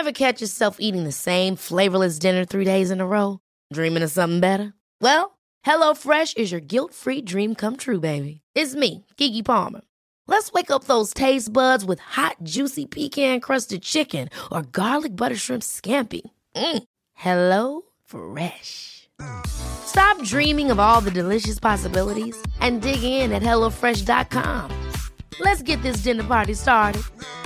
Ever catch yourself eating the same flavorless dinner 3 days in a row? Dreaming of something better? Well, HelloFresh is your guilt-free dream come true, baby. It's me, Keke Palmer. Let's wake up those taste buds with hot, juicy pecan-crusted chicken or garlic butter shrimp scampi. Hello Fresh. Stop dreaming of all the delicious possibilities and dig in at HelloFresh.com. Let's get this dinner party started.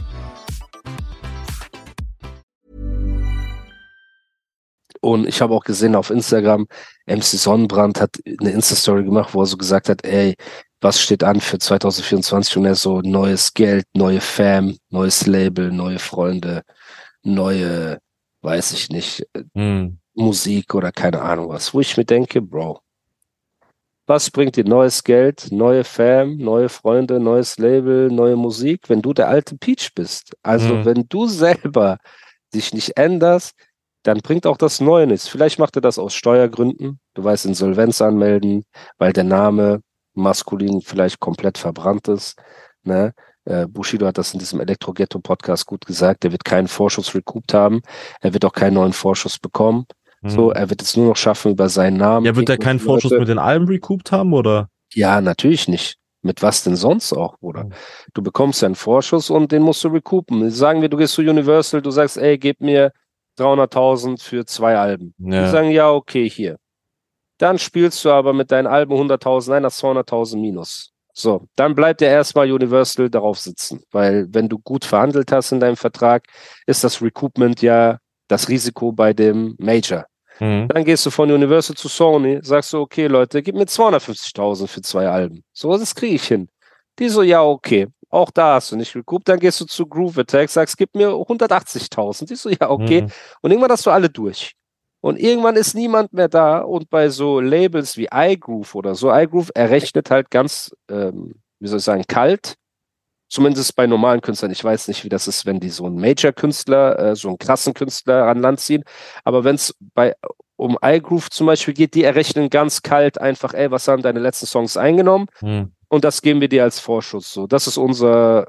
Und ich habe auch gesehen auf Instagram, MC Sonnenbrand hat eine Insta-Story gemacht, wo er so gesagt hat, ey, was steht an für 2024? Und er so, neues Geld, neue Fam, neues Label, neue Freunde, neue, weiß ich nicht, Musik oder keine Ahnung was. Wo ich mir denke, Bro, was bringt dir neues Geld, neue Fam, neue Freunde, neues Label, neue Musik, wenn du der alte Peach bist? Also wenn du selber dich nicht änderst, dann bringt auch das Neue nichts. Vielleicht macht er das aus Steuergründen. Du weißt, Insolvenz anmelden, weil der Name maskulin vielleicht komplett verbrannt ist. Ne? Bushido hat das in diesem Elektro-Ghetto-Podcast gut gesagt. Er wird keinen Vorschuss recouped haben. Er wird auch keinen neuen Vorschuss bekommen. So, er wird es nur noch schaffen über seinen Namen. Ja, wird er keinen Vorschuss mit den Alben recouped haben, oder? Ja, natürlich nicht. Mit was denn sonst auch, Bruder? Du bekommst ja einen Vorschuss und den musst du recoupen. Sagen wir, du gehst zu Universal, du sagst, ey, gib mir 300.000 für 2 Alben. Ja. Die sagen, ja, okay, hier. Dann spielst du aber mit deinen Alben 100.000, nein, das 200.000 minus. So, dann bleibt ja erstmal Universal darauf sitzen, weil wenn du gut verhandelt hast in deinem Vertrag, ist das Recoupment ja das Risiko bei dem Major. Dann gehst du von Universal zu Sony, sagst du, okay, Leute, gib mir 250.000 für 2 Alben. So, das kriege ich hin. Die so, ja, okay. Auch da hast du nicht recouped, dann gehst du zu Groove Attack, sagst, gib mir 180.000. Die so, ja, okay. Und irgendwann hast du alle durch. Und irgendwann ist niemand mehr da. Und bei so Labels wie iGroove oder so, iGroove errechnet halt ganz, wie soll ich sagen, kalt. Zumindest bei normalen Künstlern. Ich weiß nicht, wie das ist, wenn die so einen Major-Künstler, so einen krassen Künstler an Land ziehen. Aber wenn es um iGroove zum Beispiel geht, die errechnen ganz kalt einfach, ey, was haben deine letzten Songs eingenommen? Und das geben wir dir als Vorschuss. So, das ist unsere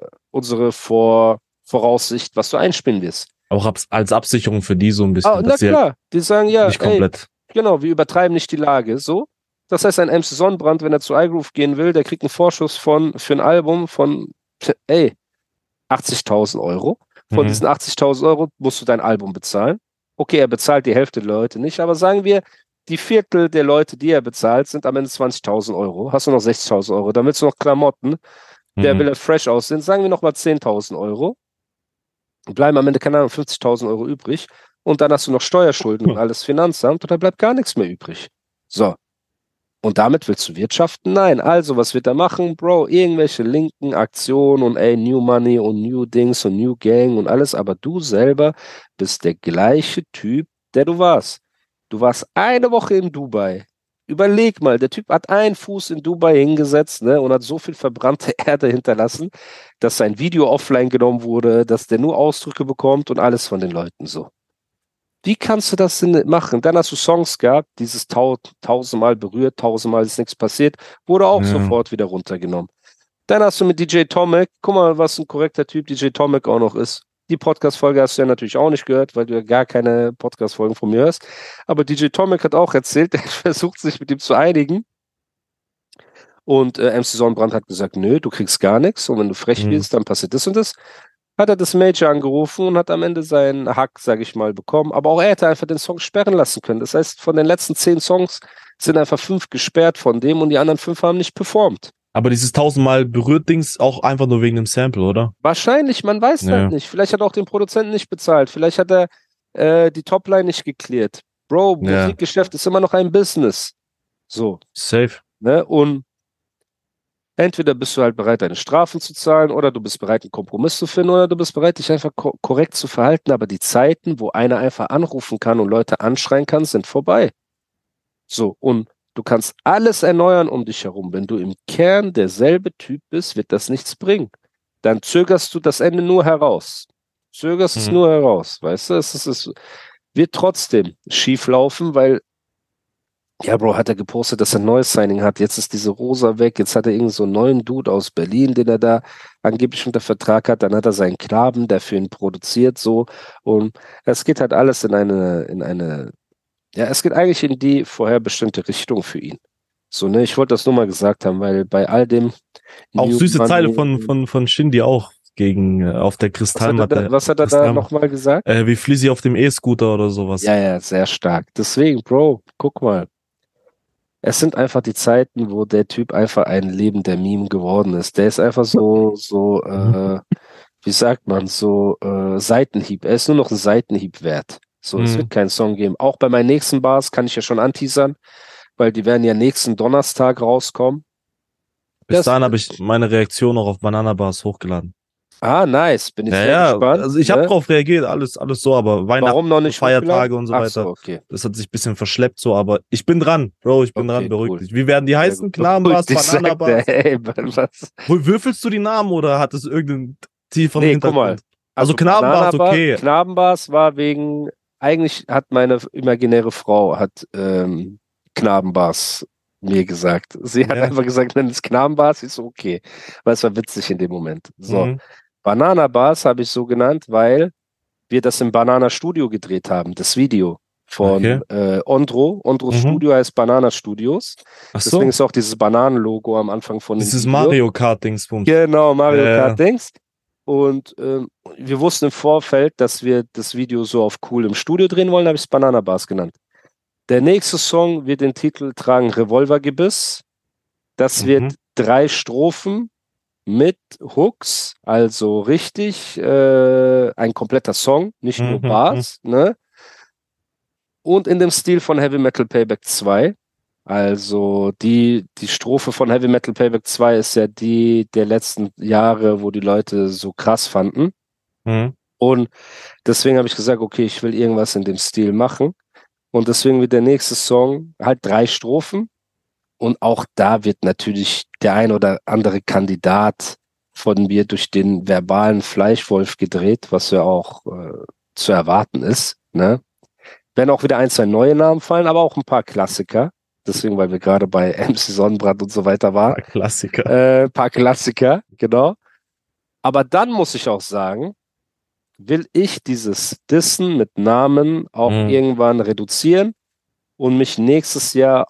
Voraussicht, was du einspielen wirst. Auch als Absicherung für die so ein bisschen. Na klar, die sagen ja, nicht komplett. Ey, genau, wir übertreiben nicht die Lage. So, das heißt, ein MC Sonnenbrand, wenn er zu iGroove gehen will, der kriegt einen Vorschuss für ein Album von 80.000 Euro. Von diesen 80.000 Euro musst du dein Album bezahlen. Okay, er bezahlt die Hälfte der Leute nicht, aber sagen wir, die Viertel der Leute, die er bezahlt, sind am Ende 20.000 Euro. Hast du noch 60.000 Euro. Dann willst du noch Klamotten. Der will er fresh aussehen. Sagen wir nochmal 10.000 Euro. Bleiben am Ende, keine Ahnung, 50.000 Euro übrig. Und dann hast du noch Steuerschulden und alles Finanzamt und da bleibt gar nichts mehr übrig. So. Und damit willst du wirtschaften? Nein. Also, was wird er machen? Bro, irgendwelche linken Aktionen und ey, New Money und New Dings und New Gang und alles. Aber du selber bist der gleiche Typ, der du warst. Du warst eine Woche in Dubai. Überleg mal, der Typ hat einen Fuß in Dubai hingesetzt, ne, und hat so viel verbrannte Erde hinterlassen, dass sein Video offline genommen wurde, dass der nur Ausdrücke bekommt und alles von den Leuten so. Wie kannst du das denn machen? Dann hast du Songs gehabt, dieses 1000-mal berührt, 1000-mal ist nichts passiert, wurde auch sofort wieder runtergenommen. Dann hast du mit DJ Tomek, guck mal, was ein korrekter Typ DJ Tomek auch noch ist. Die Podcast-Folge hast du ja natürlich auch nicht gehört, weil du ja gar keine Podcast-Folgen von mir hörst. Aber DJ Tomek hat auch erzählt, er versucht sich mit ihm zu einigen. Und MC Sonnenbrand hat gesagt, nö, du kriegst gar nichts. Und wenn du frech wirst, dann passiert das und das. Hat er das Major angerufen und hat am Ende seinen Hack, sag ich mal, bekommen. Aber auch er hätte einfach den Song sperren lassen können. Das heißt, von den letzten 10 Songs sind einfach 5 gesperrt von dem und die anderen 5 haben nicht performt. Aber dieses 1000-mal berührt Dings auch einfach nur wegen dem Sample, oder? Wahrscheinlich, man weiß halt nicht. Vielleicht hat er auch den Produzenten nicht bezahlt. Vielleicht hat er die Topline nicht geklärt. Bro, Musikgeschäft ist immer noch ein Business. So. Safe. Ne? Und entweder bist du halt bereit, deine Strafen zu zahlen, oder du bist bereit, einen Kompromiss zu finden, oder du bist bereit, dich einfach korrekt zu verhalten. Aber die Zeiten, wo einer einfach anrufen kann und Leute anschreien kann, sind vorbei. So, und du kannst alles erneuern um dich herum. Wenn du im Kern derselbe Typ bist, wird das nichts bringen. Dann zögerst du das Ende nur heraus. Zögerst es nur heraus, weißt du? Es wird trotzdem schief laufen, weil Ja, Bro, hat er gepostet, dass er ein neues Signing hat. Jetzt ist diese Rosa weg. Jetzt hat er irgend so einen neuen Dude aus Berlin, den er da angeblich unter Vertrag hat. Dann hat er seinen Knaben, der für ihn produziert, so. Und es geht halt alles ja, es geht eigentlich in die vorher bestimmte Richtung für ihn. So, ne, ich wollte das nur mal gesagt haben, weil bei all dem Auch New süße Zeile Money, von Shindy auch gegen auf der Kristallmatte. was hat er da nochmal gesagt? Wie Flizzy auf dem E-Scooter oder sowas. Ja, ja, sehr stark. Deswegen, Bro, guck mal. Es sind einfach die Zeiten, wo der Typ einfach ein lebender Meme geworden ist. Der ist einfach wie sagt man, Seitenhieb. Er ist nur noch ein Seitenhieb wert. So, es wird keinen Song geben. Auch bei meinen nächsten Bars kann ich ja schon anteasern, weil die werden ja nächsten Donnerstag rauskommen. Bis dahin habe ich meine Reaktion auch auf Banana Bars hochgeladen. Ah, nice. Bin ich sehr gespannt. Also ich habe drauf reagiert, alles so, aber Weihnachten, warum noch nicht Feiertage und so weiter. So, okay. Das hat sich ein bisschen verschleppt so, aber ich bin dran, Bro, ich bin dran, beruhig dich. Wie werden die heißen? Knabenbars, Banana Bars? Was? Würfelst du die Namen oder hat es irgendeinen tieferen Hintergrund? Guck mal. Also Knabenbars, okay. Knabenbars war eigentlich hat meine imaginäre Frau Knabenbars mir gesagt. Sie hat einfach gesagt, nenn es Knabenbars, ist okay. Weil es war witzig in dem Moment. So. Banana Bars habe ich so genannt, weil wir das im Banana Studio gedreht haben, das Video von Ondro. Ondro Studio heißt Banana Studios. Deswegen ist auch dieses Bananenlogo am Anfang von dem Video. Mario Kart-Dingsbums. Genau, Mario Kart-Dings. Und wir wussten im Vorfeld, dass wir das Video so auf cool im Studio drehen wollen, habe ich es Banana Bars genannt. Der nächste Song wird den Titel tragen Revolvergebiss. Das wird 3 Strophen mit Hooks, also richtig ein kompletter Song, nicht nur Bars, ne? Und in dem Stil von Heavy Metal Payback 2. Also die Strophe von Heavy Metal Payback 2 ist ja die der letzten Jahre, wo die Leute so krass fanden. Und deswegen habe ich gesagt, okay, ich will irgendwas in dem Stil machen. Und deswegen wird der nächste Song halt 3 Strophen. Und auch da wird natürlich der ein oder andere Kandidat von mir durch den verbalen Fleischwolf gedreht, was ja auch zu erwarten ist. Ne? Werden auch wieder 1, 2 neue Namen fallen, aber auch ein paar Klassiker. Deswegen, weil wir gerade bei MC Sonnenbrand und so weiter waren. Ein paar Klassiker, genau. Aber dann muss ich auch sagen, will ich dieses Dissen mit Namen auch irgendwann reduzieren und mich nächstes Jahr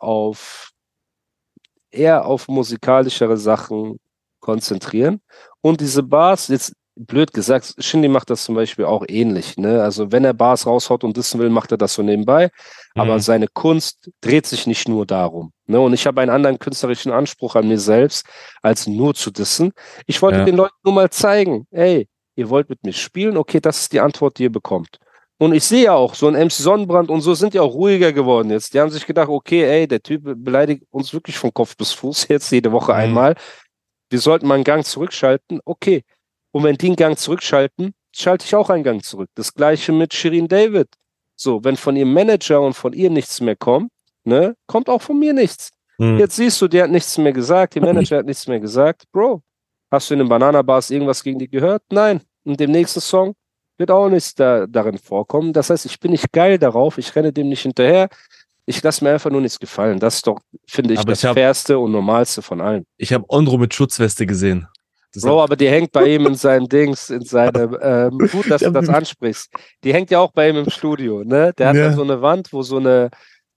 eher auf musikalischere Sachen konzentrieren. Und diese Bars, jetzt blöd gesagt, Shindy macht das zum Beispiel auch ähnlich. Ne? Also wenn er Bars raushaut und dissen will, macht er das so nebenbei. Aber seine Kunst dreht sich nicht nur darum. Ne? Und ich habe einen anderen künstlerischen Anspruch an mir selbst, als nur zu dissen. Ich wollte den Leuten nur mal zeigen, ey, ihr wollt mit mir spielen? Okay, das ist die Antwort, die ihr bekommt. Und ich sehe ja auch, so ein MC Sonnenbrand und so sind ja auch ruhiger geworden jetzt. Die haben sich gedacht, okay, ey, der Typ beleidigt uns wirklich von Kopf bis Fuß jetzt jede Woche einmal. Wir sollten mal einen Gang zurückschalten. Okay. Und wenn die einen Gang zurückschalten, schalte ich auch einen Gang zurück. Das gleiche mit Shirin David. So, wenn von ihrem Manager und von ihr nichts mehr kommt, ne, kommt auch von mir nichts. Jetzt siehst du, der hat nichts mehr gesagt, der Manager hat nichts mehr gesagt. Bro, hast du in den Banana Bars irgendwas gegen die gehört? Nein. In dem nächsten Song wird auch nichts darin vorkommen. Das heißt, ich bin nicht geil darauf, ich renne dem nicht hinterher. Ich lasse mir einfach nur nichts gefallen. Das ist doch, finde ich, das Fairste und Normalste von allen. Ich habe Ondro mit Schutzweste gesehen. Bro, aber die hängt bei ihm in seinem Dings, in seinem, gut, dass du das ansprichst. Die hängt ja auch bei ihm im Studio, ne? Der hat da so eine Wand, wo so eine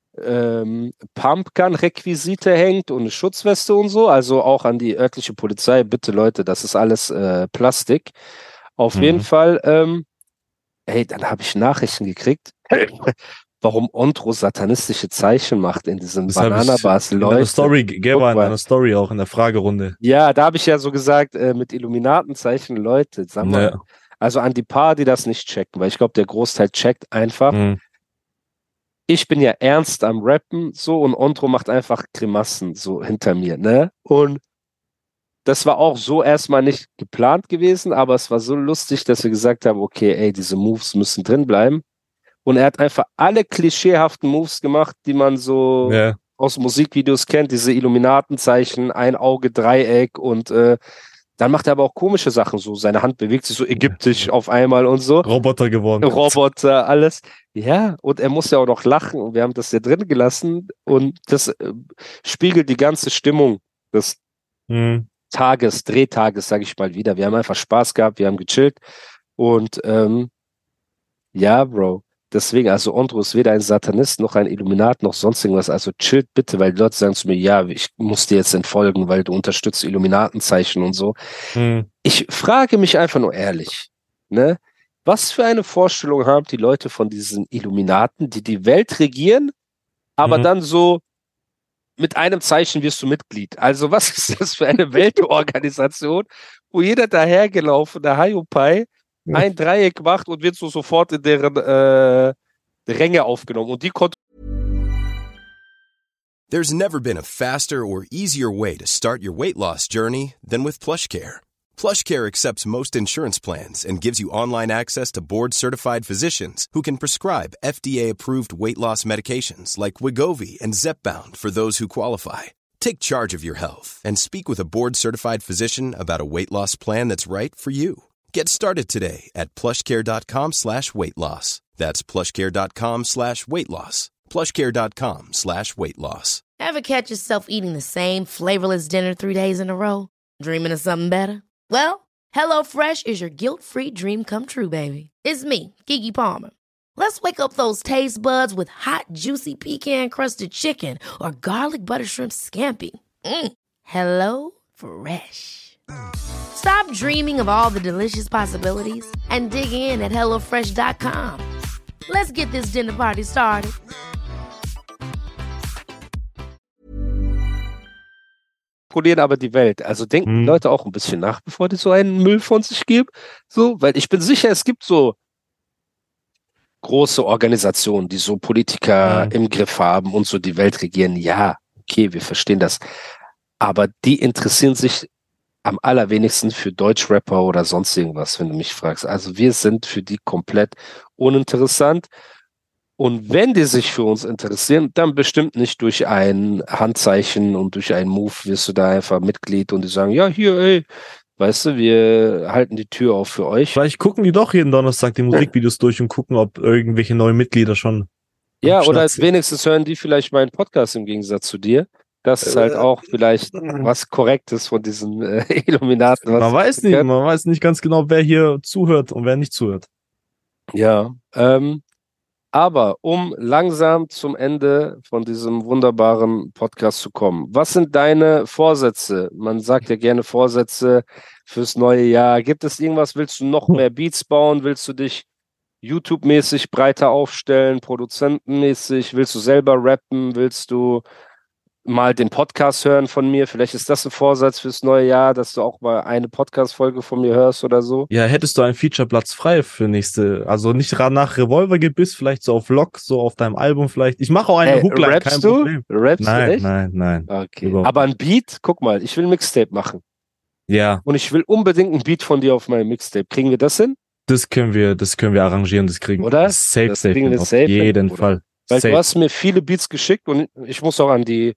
Pumpgun-Requisite hängt und eine Schutzweste und so, also auch an die örtliche Polizei, bitte Leute, das ist alles Plastik. Auf jeden Fall, dann habe ich Nachrichten gekriegt, warum Ondro satanistische Zeichen macht in diesem Banana Bars, Leute. In einer Story auch in der Fragerunde. Ja, da habe ich ja so gesagt, mit Illuminatenzeichen, Leute, sag mal, also an die paar, die das nicht checken, weil ich glaube, der Großteil checkt einfach. Ich bin ja ernst am Rappen, so, und Ondro macht einfach Grimassen, so hinter mir, ne? Und das war auch so erstmal nicht geplant gewesen, aber es war so lustig, dass wir gesagt haben, okay, ey, diese Moves müssen drin bleiben. Und er hat einfach alle klischeehaften Moves gemacht, die man so aus Musikvideos kennt. Diese Illuminatenzeichen, ein Auge, Dreieck und Dann macht er aber auch komische Sachen, so seine Hand bewegt sich so ägyptisch auf einmal und so. Roboter geworden. Roboter, alles. Ja, und er muss ja auch noch lachen und wir haben das ja drin gelassen und das spiegelt die ganze Stimmung des Drehtages, sage ich mal wieder. Wir haben einfach Spaß gehabt, wir haben gechillt und ja, Bro. Deswegen, also Ondro ist weder ein Satanist, noch ein Illuminat, noch sonst irgendwas. Also chillt bitte, weil die Leute sagen zu mir, ja, ich muss dir jetzt entfolgen, weil du unterstützt Illuminatenzeichen und so. Ich frage mich einfach nur ehrlich, ne? Was für eine Vorstellung haben die Leute von diesen Illuminaten, die die Welt regieren, aber dann so mit einem Zeichen wirst du Mitglied. Also was ist das für eine Weltorganisation, wo jeder dahergelaufene Hayupai ein Dreieck macht und wird so sofort in deren Ränge aufgenommen. Und die There's never been a faster or easier way to start your weight loss journey than with PlushCare. PlushCare accepts most insurance plans and gives you online access to board-certified physicians who can prescribe FDA-approved weight loss medications like Wegovy and Zepbound for those who qualify. Take charge of your health and speak with a board-certified physician about a weight loss plan that's right for you. Get started today at plushcare.com/weightloss. That's plushcare.com/weightloss. plushcare.com/weightloss. Ever catch yourself eating the same flavorless dinner 3 days in a row? Dreaming of something better? Well, HelloFresh is your guilt-free dream come true, baby. It's me, Keke Palmer. Let's wake up those taste buds with hot, juicy pecan-crusted chicken or garlic butter shrimp scampi. Hello Fresh. Stop dreaming of all the delicious possibilities and dig in at HelloFresh.com. Let's get this dinner party started. kontrollieren aber die Welt. Also denken die Leute auch ein bisschen nach, bevor die so einen Müll von sich geben. So, weil ich bin sicher, es gibt so große Organisationen, die so Politiker im Griff haben und so die Welt regieren. Ja, okay, wir verstehen das. Aber die interessieren sich am allerwenigsten für Deutschrapper oder sonst irgendwas, wenn du mich fragst. Also wir sind für die komplett uninteressant. Und wenn die sich für uns interessieren, dann bestimmt nicht durch ein Handzeichen und durch einen Move wirst du da einfach Mitglied und die sagen, ja, hier, ey, weißt du, wir halten die Tür auf für euch. Vielleicht gucken die doch jeden Donnerstag die Musikvideos durch und gucken, ob irgendwelche neuen Mitglieder schon. Ja, oder wenigstens hören die vielleicht meinen Podcast im Gegensatz zu dir. Das ist halt auch vielleicht was Korrektes von diesen Illuminaten. Man weiß nicht ganz genau, wer hier zuhört und wer nicht zuhört. Ja, aber um langsam zum Ende von diesem wunderbaren Podcast zu kommen, was sind deine Vorsätze? Man sagt ja gerne Vorsätze fürs neue Jahr. Gibt es irgendwas, willst du noch mehr Beats bauen? Willst du dich YouTube-mäßig breiter aufstellen, produzentenmäßig? Willst du selber rappen? Willst du mal den Podcast hören von mir? Vielleicht ist das ein Vorsatz fürs neue Jahr, dass du auch mal eine Podcast-Folge von mir hörst oder so. Ja, hättest du einen Feature-Platz frei für nächste, also nicht nach Revolvergebiss, vielleicht so auf Lock, so auf deinem Album vielleicht. Ich mache auch eine Hookline, kein Problem. Rappst nein, du echt? Nein. Okay. Aber ein Beat, guck mal, ich will ein Mixtape machen. Ja. Und ich will unbedingt ein Beat von dir auf meinem Mixtape. Kriegen wir das hin? Das können wir arrangieren, das kriegen wir. Oder? Safe, auf jeden Fall. Weil safe. du hast mir viele Beats geschickt und ich muss auch an die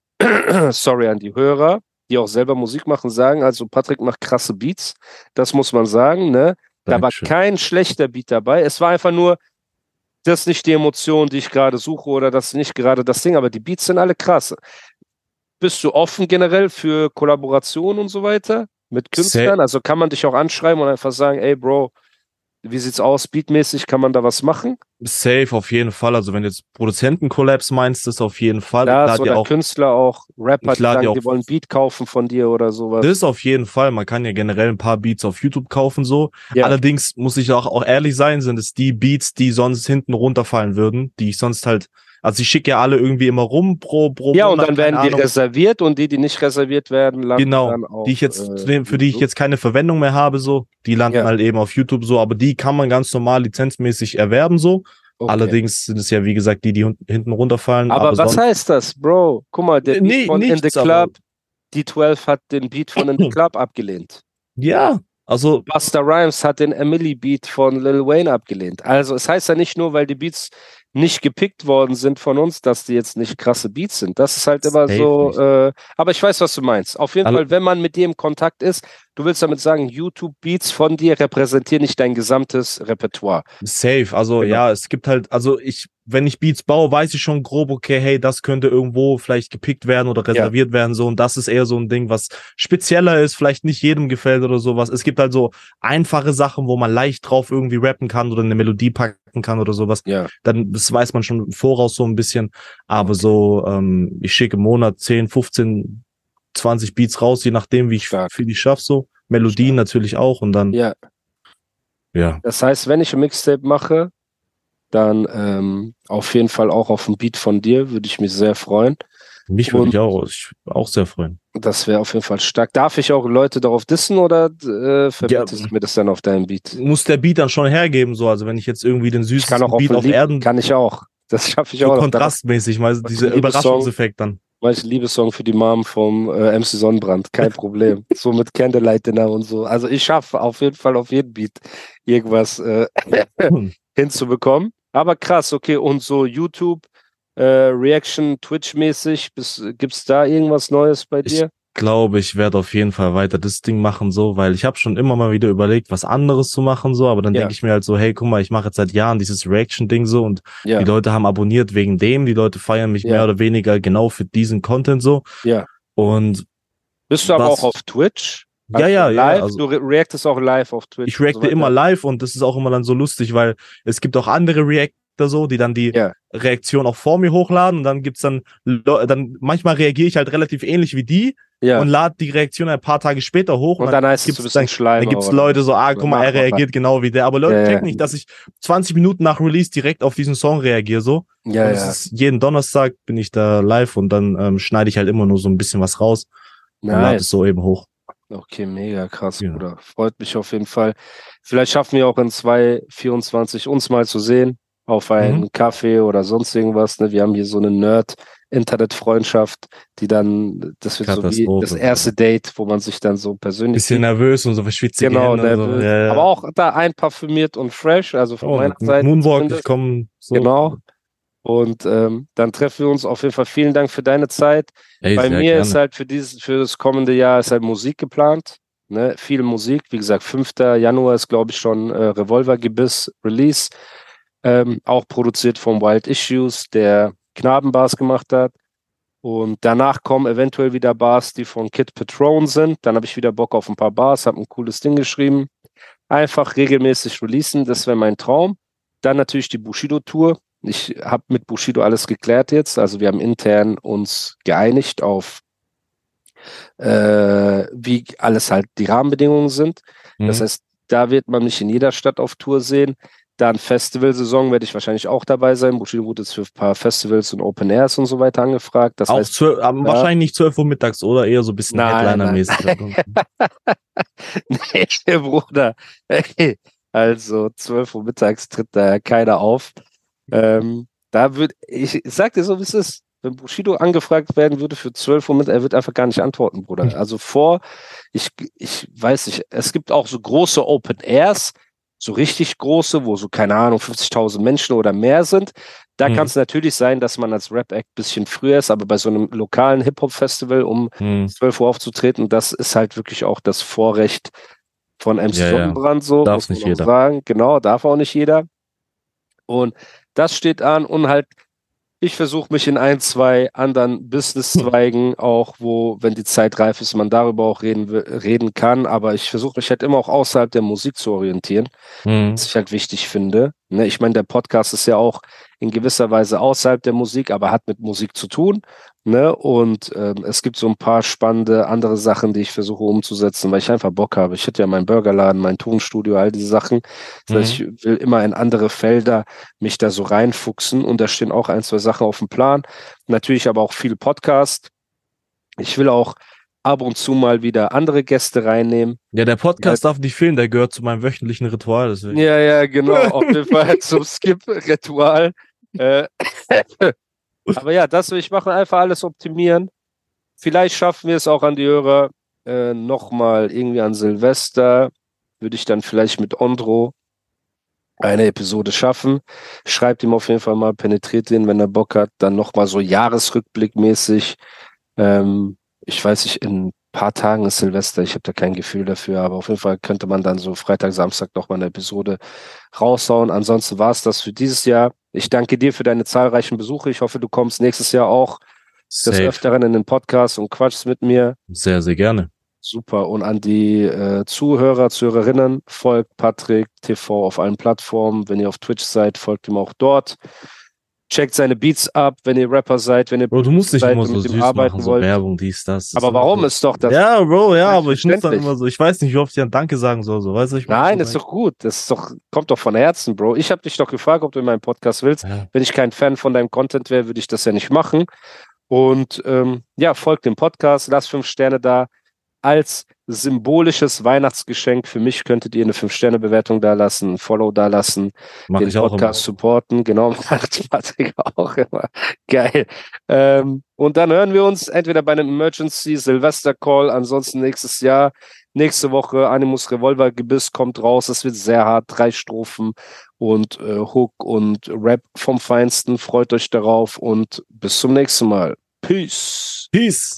Hörer, die auch selber Musik machen, sagen, also Patrick macht krasse Beats, das muss man sagen, ne? Da war kein schlechter Beat dabei, es war einfach nur, das ist nicht die Emotion, die ich gerade suche oder das ist nicht gerade das Ding, aber die Beats sind alle krass. Bist du offen generell für Kollaborationen und so weiter mit Künstlern? Also kann man dich auch anschreiben und einfach sagen, ey Bro, wie sieht's aus, beatmäßig, kann man da was machen? Safe, auf jeden Fall. Also wenn du jetzt Produzenten-Collabs meinst, das auf jeden Fall. Ja, oder auch Künstler, auch Rapper, die sagen, die wollen ein Beat kaufen von dir oder sowas. Das ist auf jeden Fall. Man kann ja generell ein paar Beats auf YouTube kaufen, so. Ja. Allerdings muss ich auch ehrlich sein, sind es die Beats, die sonst hinten runterfallen würden, die ich sonst halt, also ich schicke ja alle irgendwie immer rum pro ja, Monat, und dann werden die reserviert und die nicht reserviert werden, landen dann auch. Die ich jetzt, für die ich jetzt keine Verwendung mehr habe, so, die landen halt eben auf YouTube so, aber die kann man ganz normal lizenzmäßig erwerben, so. Okay. Allerdings sind es ja, wie gesagt, die hinten runterfallen. Aber was heißt das, Bro? Guck mal, der Beat von In The Club, D12 hat den Beat von In The Club abgelehnt. Ja, also Busta Rhymes hat den Emily Beat von Lil Wayne abgelehnt. Also es heißt ja nicht nur, weil die Beats nicht gepickt worden sind von uns, dass die jetzt nicht krasse Beats sind. Das ist halt immer Safe so, nicht. aber ich weiß, was du meinst. Auf jeden Fall, wenn man mit dir im Kontakt ist, du willst damit sagen, YouTube-Beats von dir repräsentieren nicht dein gesamtes Repertoire. Safe, also Genau. ja, es gibt halt, also wenn ich Beats baue, weiß ich schon grob, okay, hey, das könnte irgendwo vielleicht gepickt werden oder reserviert werden, so, und das ist eher so ein Ding, was spezieller ist, vielleicht nicht jedem gefällt oder sowas. Es gibt halt so einfache Sachen, wo man leicht drauf irgendwie rappen kann oder eine Melodie packen kann oder sowas. Ja. Dann, das weiß man schon im Voraus so ein bisschen, aber so, ich schicke im Monat 10, 15, 20 Beats raus, je nachdem, wie ich viel die schaffe, so. Melodien natürlich auch, und dann, Ja. Das heißt, wenn ich ein Mixtape mache, dann auf jeden Fall auch auf ein Beat von dir, würde ich mich sehr freuen. Mich würde ich auch sehr freuen. Das wäre auf jeden Fall stark. Darf ich auch Leute darauf dissen oder verbietest du mir das dann auf deinem Beat? Muss der Beat dann schon hergeben, so, also wenn ich jetzt irgendwie den süßesten Beat auf Erden... Kann ich auch. Das schaffe ich so auch. Kontrastmäßig, mal dieser Überraschungseffekt dann. Weil ich Liebessong für die Mom vom MC Sonnenbrand, kein Problem. So mit Candlelight Dinner und so. Also ich schaffe auf jeden Fall auf jeden Beat irgendwas hinzubekommen. Aber krass, okay. Und so YouTube, Reaction, Twitch-mäßig, gibt's da irgendwas Neues bei dir? Ich glaube, ich werde auf jeden Fall weiter das Ding machen, so, weil ich habe schon immer mal wieder überlegt, was anderes zu machen, so, aber dann denke ich mir halt so, hey, guck mal, ich mache jetzt seit Jahren dieses Reaction-Ding so, und die Leute haben abonniert wegen dem, die Leute feiern mich mehr oder weniger genau für diesen Content so. Ja. Und bist du aber auch auf Twitch? Ja, live? Also, du reactest auch live auf Twitch? Ich reacte immer live, und das ist auch immer dann so lustig, weil es gibt auch andere Reactor so, die dann die Reaktion auch vor mir hochladen, und dann gibt's dann manchmal reagiere ich halt relativ ähnlich wie die und lade die Reaktion ein paar Tage später hoch, und dann heißt es, du bist ein Schleimer. Dann gibt's Leute so, guck mal, er reagiert genau wie der, aber Leute checken nicht, dass ich 20 Minuten nach Release direkt auf diesen Song reagiere, so. Und das ist jeden Donnerstag bin ich da live, und dann schneide ich halt immer nur so ein bisschen was raus und lade es so eben hoch. Okay, mega krass, Bruder. Freut mich auf jeden Fall. Vielleicht schaffen wir auch in 2024 uns mal zu sehen auf einen Kaffee oder sonst irgendwas. Ne? Wir haben hier so eine Nerd-Internet-Freundschaft, die dann, das wird so wie das erste Date, wo man sich dann so persönlich bisschen nervös und so verschwitzige Hände. Genau, nervös. So. Aber auch da einparfümiert und fresh, also von meiner Seite. Moonwalk, ich komme so. Genau. Und dann treffen wir uns auf jeden Fall. Vielen Dank für deine Zeit. Bei mir gerne. ist halt für das kommende Jahr ist halt Musik geplant. Ne? Viel Musik. Wie gesagt, 5. Januar ist, glaube ich, schon Revolvergebiss Release. Auch produziert von Wild Issues, der Knabenbars gemacht hat. Und danach kommen eventuell wieder Bars, die von Kid Patron sind. Dann habe ich wieder Bock auf ein paar Bars, habe ein cooles Ding geschrieben. Einfach regelmäßig releasen, das wäre mein Traum. Dann natürlich die Bushido-Tour. Ich habe mit Bushido alles geklärt jetzt. Also wir haben intern uns geeinigt auf wie alles halt die Rahmenbedingungen sind. Das heißt, da wird man mich in jeder Stadt auf Tour sehen. Dann Festivalsaison werde ich wahrscheinlich auch dabei sein. Bushido wurde jetzt für ein paar Festivals und Open Airs und so weiter angefragt. Das heißt, wahrscheinlich nicht 12 Uhr mittags, oder? Eher so ein bisschen Headliner-mäßig. Nee, Bruder. Also 12 Uhr mittags tritt da keiner auf. Ich sag dir so, wie es ist. Wenn Bushido angefragt werden würde für 12 Uhr mittags, er wird einfach gar nicht antworten, Bruder. Also ich weiß nicht, es gibt auch so große Open Airs, so richtig große, wo so, keine Ahnung, 50.000 Menschen oder mehr sind. Da kann es natürlich sein, dass man als Rap-Act ein bisschen früher ist, aber bei so einem lokalen Hip-Hop-Festival um 12 Uhr aufzutreten, das ist halt wirklich auch das Vorrecht von MC Sonnenbrand, so. Darf nicht jeder. Sagen. Genau, darf auch nicht jeder. Und das steht an und halt, ich versuche mich in 1, 2 anderen Business-Zweigen auch, wo, wenn die Zeit reif ist, man darüber auch reden kann, aber ich versuche mich halt immer auch außerhalb der Musik zu orientieren, was ich halt wichtig finde. Ne? Ich meine, der Podcast ist ja auch in gewisser Weise außerhalb der Musik, aber hat mit Musik zu tun. Ne? Und es gibt so ein paar spannende andere Sachen, die ich versuche umzusetzen, weil ich einfach Bock habe. Ich hätte ja meinen Burgerladen, mein Tonstudio, all diese Sachen. Das heißt, ich will immer in andere Felder mich da so reinfuchsen und da stehen auch 1, 2 Sachen auf dem Plan. Natürlich aber auch viel Podcast. Ich will auch ab und zu mal wieder andere Gäste reinnehmen. Ja, der Podcast darf nicht fehlen, der gehört zu meinem wöchentlichen Ritual. Deswegen. Ja, genau. Auf jeden Fall zum Skip-Ritual. Aber ja, das will ich machen, einfach alles optimieren. Vielleicht schaffen wir es auch an die Hörer nochmal irgendwie an Silvester. Würde ich dann vielleicht mit Ondro eine Episode schaffen. Schreibt ihm auf jeden Fall mal, penetriert ihn, wenn er Bock hat. Dann nochmal so Jahresrückblickmäßig. Ich weiß nicht, in ein paar Tagen ist Silvester, ich habe da kein Gefühl dafür, aber auf jeden Fall könnte man dann so Freitag, Samstag nochmal eine Episode raushauen. Ansonsten war es das für dieses Jahr. Ich danke dir für deine zahlreichen Besuche. Ich hoffe, du kommst nächstes Jahr auch des Öfteren in den Podcast und quatschst mit mir. Sehr, sehr gerne. Super. Und an die Zuhörer, Zuhörerinnen, folgt Patrick TV auf allen Plattformen. Wenn ihr auf Twitch seid, folgt ihm auch dort. Checkt seine Beats ab, wenn ihr Rapper seid, wenn ihr Bro, du musst nicht immer so mit ihm süß arbeiten machen, wollt. So Werbung, dies, das. Aber warum ist doch das? Ja, Bro, ja, aber ich muss dann immer so, ich weiß nicht, wie oft ich dann Danke sagen soll, so, weißt du? Nein, das ist doch gut. Das ist doch, kommt doch von Herzen, Bro. Ich habe dich doch gefragt, ob du in meinem Podcast willst. Ja. Wenn ich kein Fan von deinem Content wäre, würde ich das ja nicht machen. Und ja, folgt dem Podcast, lasst 5 Sterne da. Als symbolisches Weihnachtsgeschenk für mich könntet ihr eine 5-Sterne-Bewertung da lassen, ein Follow da lassen, den Podcast supporten. Genau, macht Patrick auch immer. Geil. Und dann hören wir uns entweder bei einem Emergency Silvester Call, ansonsten nächstes Jahr. Nächste Woche Animus Revolver Gebiss kommt raus. Es wird sehr hart. 3 Strophen und Hook und Rap vom Feinsten. Freut euch darauf und bis zum nächsten Mal. Peace. Peace.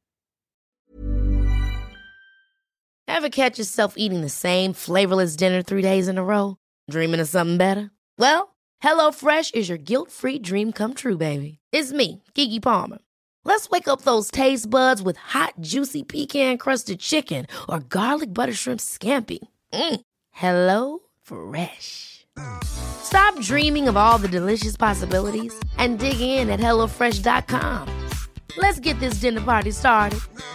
Ever catch yourself eating the same flavorless dinner 3 days in a row? Dreaming of something better? Well, HelloFresh is your guilt-free dream come true, baby. It's me, Keke Palmer. Let's wake up those taste buds with hot, juicy pecan-crusted chicken or garlic butter shrimp scampi. Hello Fresh. Stop dreaming of all the delicious possibilities and dig in at HelloFresh.com. Let's get this dinner party started.